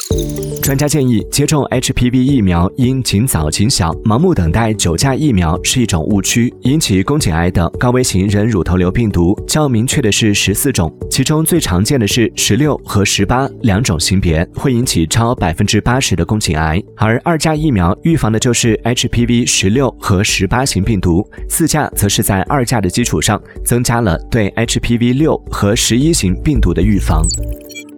专家建议，接种 HPV 疫苗应尽早尽小，盲目等待9价疫苗是一种误区。引起宫颈癌的高危型人乳头瘤病毒较明确的是14种，其中最常见的是16和18两种型别，会引起超80%的宫颈癌。而2价疫苗预防的就是 HPV 16和18型病毒，4价则是在2价的基础上增加了对 HPV 6和11型病毒的预防。